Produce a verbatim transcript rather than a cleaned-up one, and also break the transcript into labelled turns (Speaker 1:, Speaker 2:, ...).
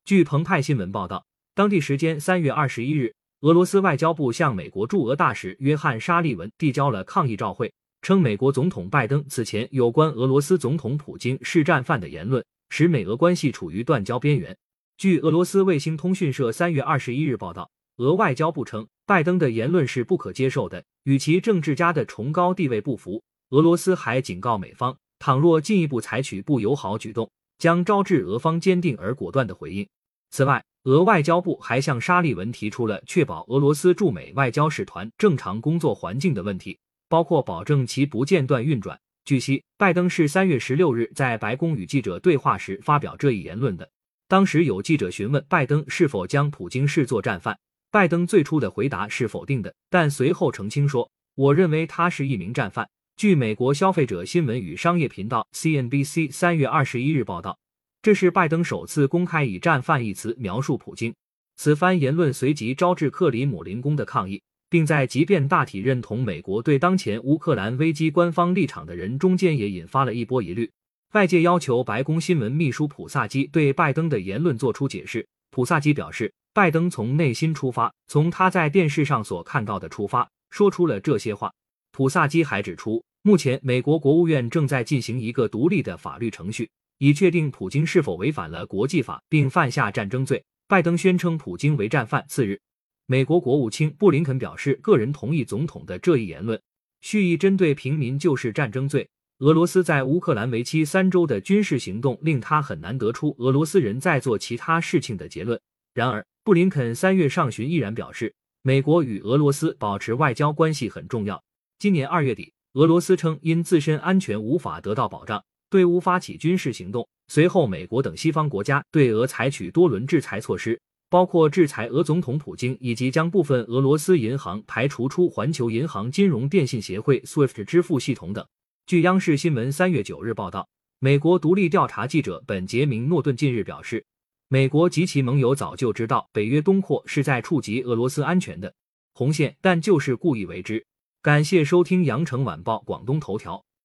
Speaker 1: 据澎湃新闻报道，当地时间三月二十一日，俄罗斯外交部向美国驻俄大使约翰·沙利文递交了抗议照会，称美国总统拜登此前有关俄罗斯总统普京是战犯的言论，使美俄关系处于断交边缘。据俄罗斯卫星通讯社三月二十一日报道，俄外交部称，拜登的言论是不可接受的，与其政治家的崇高地位不符。俄罗斯还警告美方，倘若进一步采取不友好举动，将招致俄方坚定而果断的回应。此外，俄外交部还向沙利文提出了确保俄罗斯驻美外交使团正常工作环境的问题，包括保证其不间断运转。据悉，拜登是三月十六日在白宫与记者对话时发表这一言论的。当时有记者询问拜登是否将普京视作战犯，拜登最初的回答是否定的，但随后澄清说，我认为他是一名战犯。据美国消费者新闻与商业频道 C N B C 三月二十一日报道，这是拜登首次公开以战犯一词描述普京。此番言论随即招致克里姆林宫的抗议，并在即便大体认同美国对当前乌克兰危机官方立场的人中间也引发了一波疑虑。外界要求白宫新闻秘书普萨基对拜登的言论做出解释。普萨基表示，拜登从内心出发，从他在电视上所看到的出发，说出了这些话。普萨基还指出，目前美国国务院正在进行一个独立的法律程序，以确定普京是否违反了国际法并犯下战争罪。拜登宣称普京为战犯。次日，美国国务卿布林肯表示，个人同意总统的这一言论，蓄意针对平民就是战争罪。俄罗斯在乌克兰为期三周的军事行动令他很难得出俄罗斯人在做其他事情的结论。然而，布林肯三月上旬毅然表示，美国与俄罗斯保持外交关系很重要。今年二月底，俄罗斯称因自身安全无法得到保障，对乌发起军事行动。随后，美国等西方国家对俄采取多轮制裁措施，包括制裁俄总统普京，以及将部分俄罗斯银行排除出环球银行金融电信协会 S W I F T 支付系统等。据央视新闻三月九日报道，美国独立调查记者本杰明·诺顿近日表示，美国及其盟友早就知道北约东扩是在触及俄罗斯安全的红线，但就是故意为之。感谢收听羊城晚报广东头条。